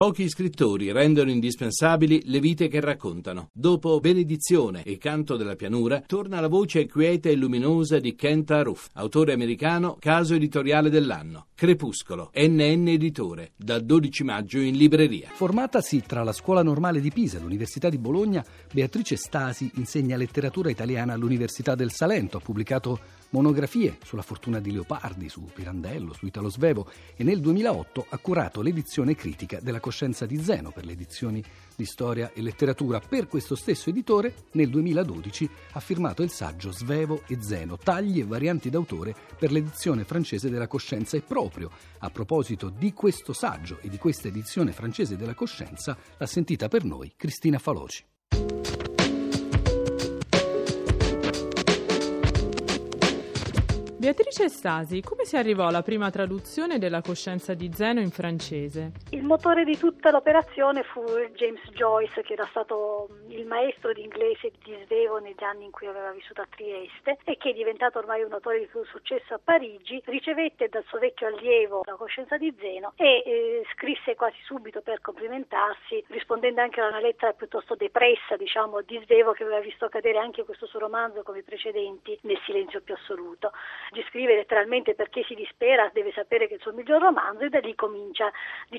Pochi scrittori rendono indispensabili le vite che raccontano. Dopo Benedizione e Canto della pianura, torna la voce quieta e luminosa di Kent Aruf, autore americano, caso editoriale dell'anno. Crepuscolo, NN Editore, dal 12 maggio in libreria. Formatasi tra la Scuola Normale di Pisa e l'Università di Bologna, Beatrice Stasi insegna letteratura italiana all'Università del Salento. Ha pubblicato monografie sulla fortuna di Leopardi, su Pirandello, su Italo Svevo e nel 2008 ha curato l'edizione critica della Coscienza di Zeno per le edizioni di Storia e Letteratura. Per questo stesso editore nel 2012 ha firmato il saggio Svevo e Zeno, tagli e varianti d'autore per l'edizione francese della Coscienza. E proprio a proposito di questo saggio e di questa edizione francese della Coscienza l'ha sentita per noi Cristina Faloci. Beatrice Stasi, come si arrivò alla prima traduzione della Coscienza di Zeno in francese? Il motore di tutta l'operazione fu James Joyce, che era stato il maestro di inglese di Svevo negli anni in cui aveva vissuto a Trieste e che è diventato ormai un autore di successo a Parigi. Ricevette dal suo vecchio allievo la Coscienza di Zeno e scrisse quasi subito per complimentarsi, rispondendo anche a una lettera piuttosto depressa, di Svevo, che aveva visto cadere anche questo suo romanzo come i precedenti nel silenzio più assoluto. Gli scrive letteralmente perché si dispera, deve sapere che è il suo miglior romanzo, e da lì comincia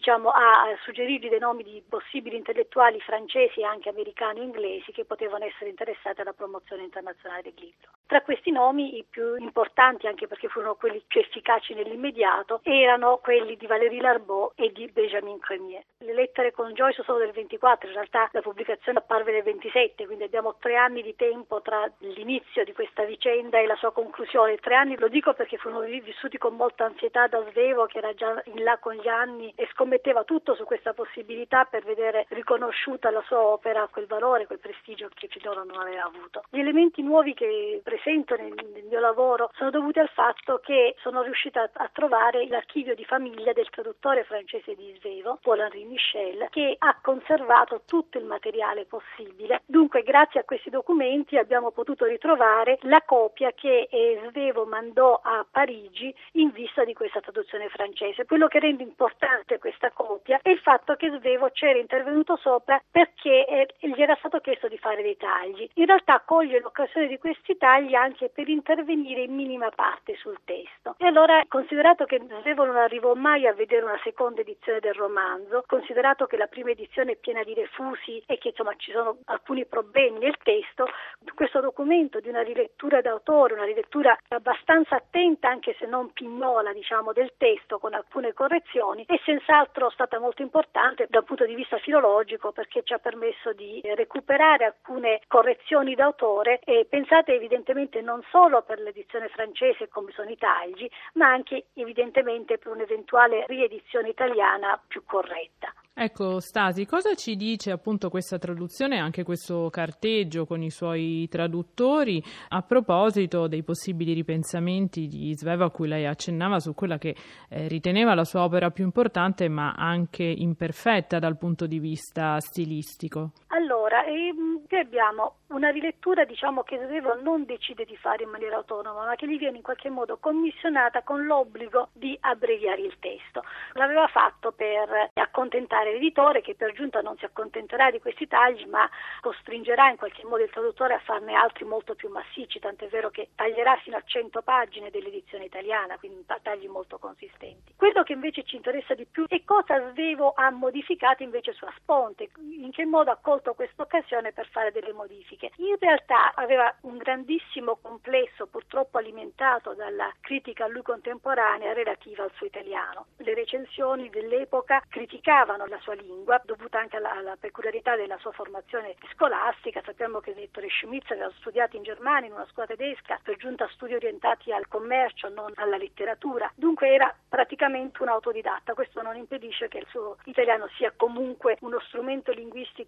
a suggerirgli dei nomi di possibili intellettuali francesi e anche americani o inglesi che potevano essere interessati alla promozione internazionale del libro. Tra questi nomi i più importanti, anche perché furono quelli più efficaci nell'immediato, erano quelli di Valéry Larbaud e di Benjamin Cremier. Le lettere con Joyce sono del 24, in realtà la pubblicazione apparve nel 27, quindi abbiamo 3 anni di tempo tra l'inizio di questa vicenda e la sua conclusione. 3 anni lo dico perché furono vissuti con molta ansietà da Svevo, che era già in là con gli anni e scommetteva tutto su questa possibilità per vedere riconosciuta la sua opera, quel valore, quel prestigio che finora non aveva avuto. Gli elementi nuovi che presento nel mio lavoro sono dovuti al fatto che sono riuscita a trovare l'archivio di famiglia del traduttore francese di Svevo, Paul-Henri Michel, che ha conservato tutto il materiale possibile. Dunque, grazie a questi documenti abbiamo potuto ritrovare la copia che Svevo mandò a Parigi in vista di questa traduzione francese. Quello che rende importante questa copia è il fatto che Svevo c'era intervenuto sopra perché gli era stato chiesto di fare dei tagli. In realtà coglie l'occasione di questi tagli anche per intervenire in minima parte sul testo. E allora, considerato che Svevo non arrivò mai a vedere una seconda edizione del romanzo, considerato che la prima edizione è piena di refusi e che ci sono alcuni problemi nel testo, questo documento di una rilettura d'autore, una rilettura abbastanza attenta, anche se non pignola, del testo, con alcune correzioni, è senz'altro stata molto importante dal punto di vista filologico, perché ci ha permesso di recuperare alcune correzioni d'autore, e pensate evidentemente non solo per l'edizione francese come sono i tagli, ma anche evidentemente per un'eventuale riedizione italiana più corretta. Ecco, Stasi, cosa ci dice appunto questa traduzione e anche questo carteggio con i suoi traduttori a proposito dei possibili ripensamenti di Svevo a cui lei accennava su quella che riteneva la sua opera più importante ma anche imperfetta dal punto di vista stilistico? Allora, qui abbiamo una rilettura che Svevo non decide di fare in maniera autonoma, ma che gli viene in qualche modo commissionata con l'obbligo di abbreviare il testo. L'aveva fatto per accontentare l'editore, che per giunta non si accontenterà di questi tagli, ma costringerà in qualche modo il traduttore a farne altri molto più massicci, tant'è vero che taglierà fino a 100 pagine dell'edizione italiana, quindi tagli molto consistenti. Quello che invece ci interessa di più è cosa Svevo ha modificato invece sua sponte, in che modo ha colto questa occasione per fare delle modifiche. In realtà aveva un grandissimo complesso, purtroppo alimentato dalla critica a lui contemporanea relativa al suo italiano. Le recensioni dell'epoca criticavano la sua lingua, dovuta anche alla peculiarità della sua formazione scolastica. Sappiamo che Ettore Schmitz aveva studiato in Germania in una scuola tedesca, per giunta studi orientati al commercio, non alla letteratura. Dunque era praticamente un autodidatta. Questo non impedisce che il suo italiano sia comunque uno strumento linguistico distintivo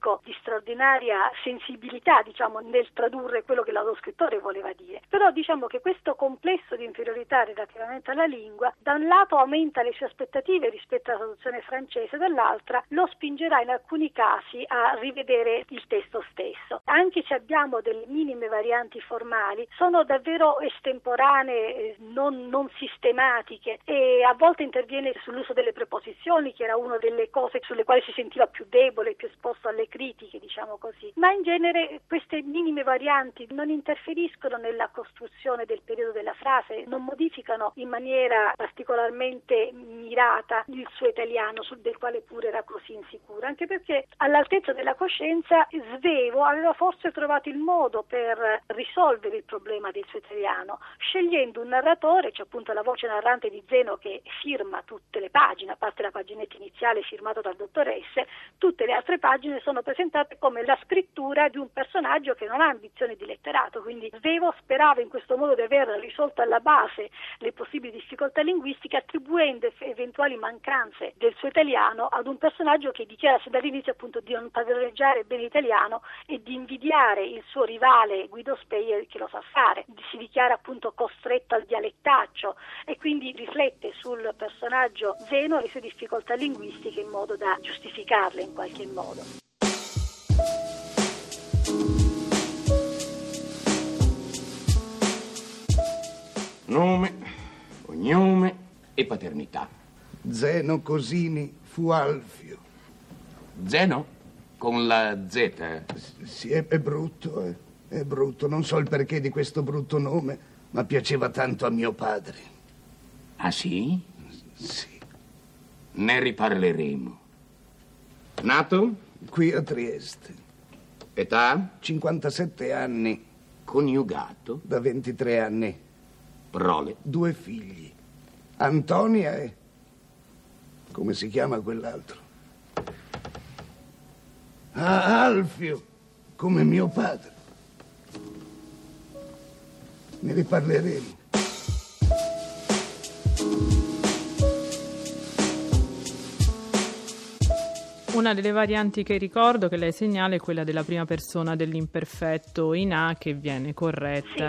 straordinaria sensibilità, diciamo, nel tradurre quello che lo scrittore voleva dire. Però diciamo che questo complesso di inferiorità relativamente alla lingua, da un lato aumenta le sue aspettative rispetto alla traduzione francese, dall'altra lo spingerà in alcuni casi a rivedere il testo stesso. Anche se abbiamo delle minime varianti formali, sono davvero estemporanee, non sistematiche, e a volte interviene sull'uso delle preposizioni, che era una delle cose sulle quali si sentiva più debole, più esposto alle critiche, diciamo così. Ma in genere queste minime varianti non interferiscono nella costruzione del periodo della frase, non modificano in maniera particolarmente mirata il suo italiano, del quale pure era così insicuro, anche perché all'altezza della coscienza Svevo aveva forse trovato il modo per risolvere il problema del suo italiano, scegliendo un narratore, cioè appunto la voce narrante di Zeno, che firma tutte le pagine, a parte la paginetta iniziale firmata dal dottor S. Tutte le altre pagine sono presentate come la scrittura di un personaggio che non ha ambizioni di letterato, quindi Svevo sperava in questo modo di aver risolto alla base le possibili difficoltà linguistiche, attribuendo eventuali mancanze del suo italiano ad un personaggio che dichiara sin dall'inizio appunto di non padroneggiare bene l'italiano e di invidiare il suo rivale Guido Speyer, che lo sa fare. Si dichiara appunto costretto al dialettaccio e quindi riflette sul personaggio Zeno e le sue difficoltà linguistiche in modo da giustificarle in qualche modo. Nome, cognome e paternità. Zeno Cosini fu Alfio. Zeno? Con la Z? Sì, è brutto, è brutto. Non so il perché di questo brutto nome, ma piaceva tanto a mio padre. Ah sì? Sì. Ne riparleremo. Nato? Qui a Trieste. Età? 57 anni. Coniugato? Da 23 anni. Prole? 2 figli. Antonia e... come si chiama quell'altro? Ah, Alfio, come mio padre. Ne riparleremo. Una delle varianti che ricordo che lei segnala è quella della prima persona dell'imperfetto in A, che viene corretta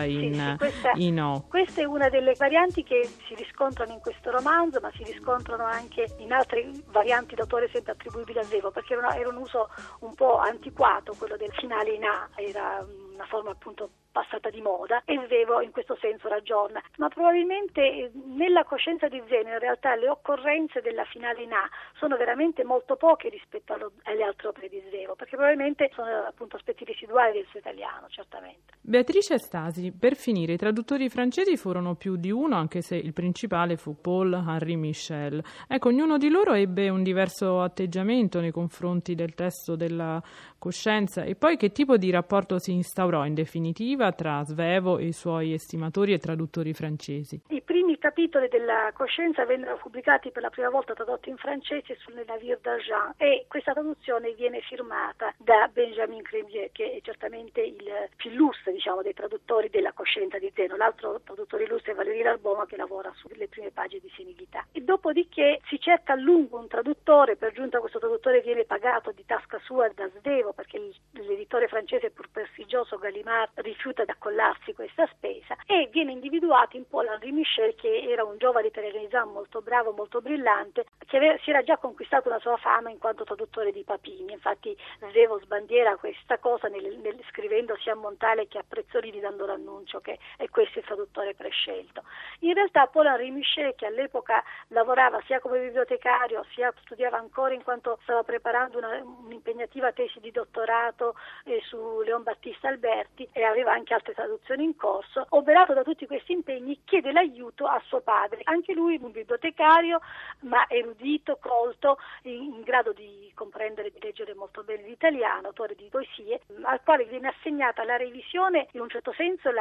in O. Questa è una delle varianti che si riscontrano in questo romanzo, ma si riscontrano anche in altre varianti d'autore sempre attribuibili a Svevo, perché era un uso un po' antiquato quello del finale in A, era una forma appunto passata di moda, e Svevo in questo senso ragiona, ma probabilmente nella coscienza di Zeno in realtà le occorrenze della finale in A sono veramente molto poche rispetto alle altre opere di Svevo, perché probabilmente sono appunto aspetti residuali del suo italiano, certamente. Beatrice Stasi, per finire, i traduttori francesi furono più di uno, anche se il principale fu Paul-Henri Michel. Ecco, ognuno di loro ebbe un diverso atteggiamento nei confronti del testo della coscienza, e poi che tipo di rapporto si instaurò in definitiva tra Svevo e i suoi estimatori e traduttori francesi? I primi capitoli della coscienza vennero pubblicati per la prima volta tradotti in francese sul Navire d'Argent, e questa traduzione viene firmata da Benjamin Crémieux, che è certamente il più illustre, diciamo, dei traduttori della coscienza di Zeno. L'altro traduttore illustre è Valéry Larboma, che lavora sulle prime pagine di Senilità. E dopodiché si cerca a lungo un traduttore, per giunta questo traduttore viene pagato di tasca sua da Svevo, perché l'editore francese, pur prestigioso, Gallimard, rifiuta di accollarsi questa spesa, e viene individuato in Paul-Henri Michel, che era un giovane italianizzato molto bravo, molto brillante, che si era già conquistato una sua fama in quanto traduttore di Papini. Infatti Svevo sbandiera questa cosa scrivendo sia a Montale che a Prezzolini, dando l'annuncio che è questo il traduttore prescelto. In realtà Paul-Henri Michel, che all'epoca lavorava sia come bibliotecario sia studiava ancora in quanto stava preparando un'impegnativa tesi di dottorato su Leon Battista Alberti, e aveva anche altre traduzioni in corso, oberato da tutti questi impegni, chiede l'aiuto a suo padre, anche lui un bibliotecario ma erudito, colto, in grado di comprendere e di leggere molto bene l'italiano, autore di poesie, al quale viene assegnata la revisione, in un certo senso la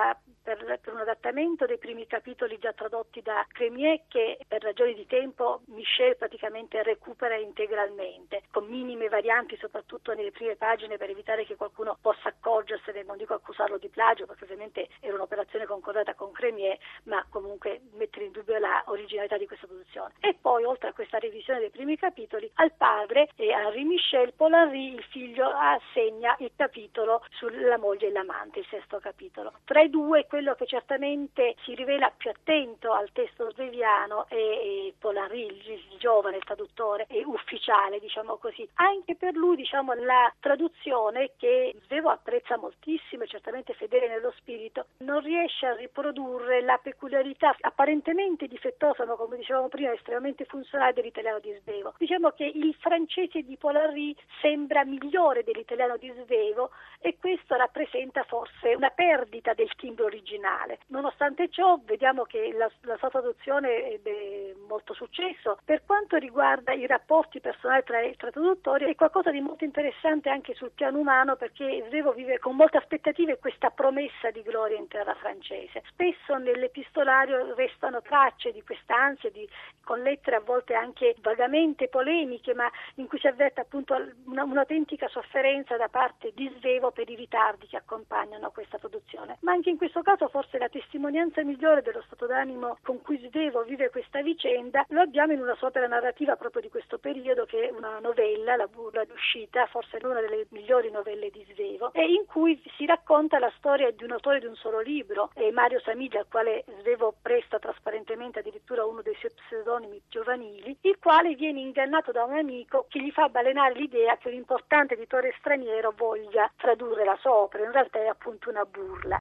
per un adattamento dei primi capitoli già tradotti da Crémier, che per ragioni di tempo Michel praticamente recupera integralmente, con minime varianti soprattutto nelle prime pagine per evitare che qualcuno possa accorgersene, non dico accusarlo di plagio perché ovviamente era un'operazione concordata con Crémier, ma comunque mettere in dubbio la originalità di questa produzione. E poi oltre a questa revisione dei primi capitoli, al padre e a Henri Michel, Paul Henry, il figlio, assegna il capitolo sulla moglie e l'amante, il sesto capitolo. Tra i due quello che certamente si rivela più attento al testo sveviano è Paul Henry, il giovane traduttore e ufficiale, diciamo così. Anche per lui, diciamo, la traduzione, che Svevo apprezza moltissimo e certamente fedele nello spirito, non riesce a riprodurre la peculiarità apparentemente difettosa, ma come dicevamo prima estremamente funzionale dell'italiano di Svevo. Diciamo che il francese di Paul Henry sembra migliore dell'italiano di Svevo e questo rappresenta forse una perdita del timbro originale. Nonostante ciò vediamo che la sua traduzione ebbe molto successo. Per quanto riguarda i rapporti personali tra traduttori è qualcosa di molto interessante anche sul piano umano, perché Svevo vive con molte aspettative questa promessa di gloria in terra francese. Spesso nell'epistolario restano tracce di quest'ansia, con lettere a volte anche vagamente polemiche, ma in cui si avverte appunto un'autentica sofferenza da parte di Svevo per i ritardi che accompagnano questa produzione. Ma anche in questo caso forse la testimonianza migliore dello stato d'animo con cui Svevo vive questa vicenda lo abbiamo in una sua opera narrativa proprio di questo periodo, che è una novella, La burla d'uscita, forse una delle migliori novelle di Svevo, e in cui si racconta la storia di un autore di un solo libro, Mario Samiglia, al quale Svevo presta trasparentemente addirittura uno dei suoi pseudonimi giovanili, il quale viene ingannato da un amico che gli fa balenare l'idea che un importante editore straniero voglia tradurre la sua opera. In realtà è appunto una burla.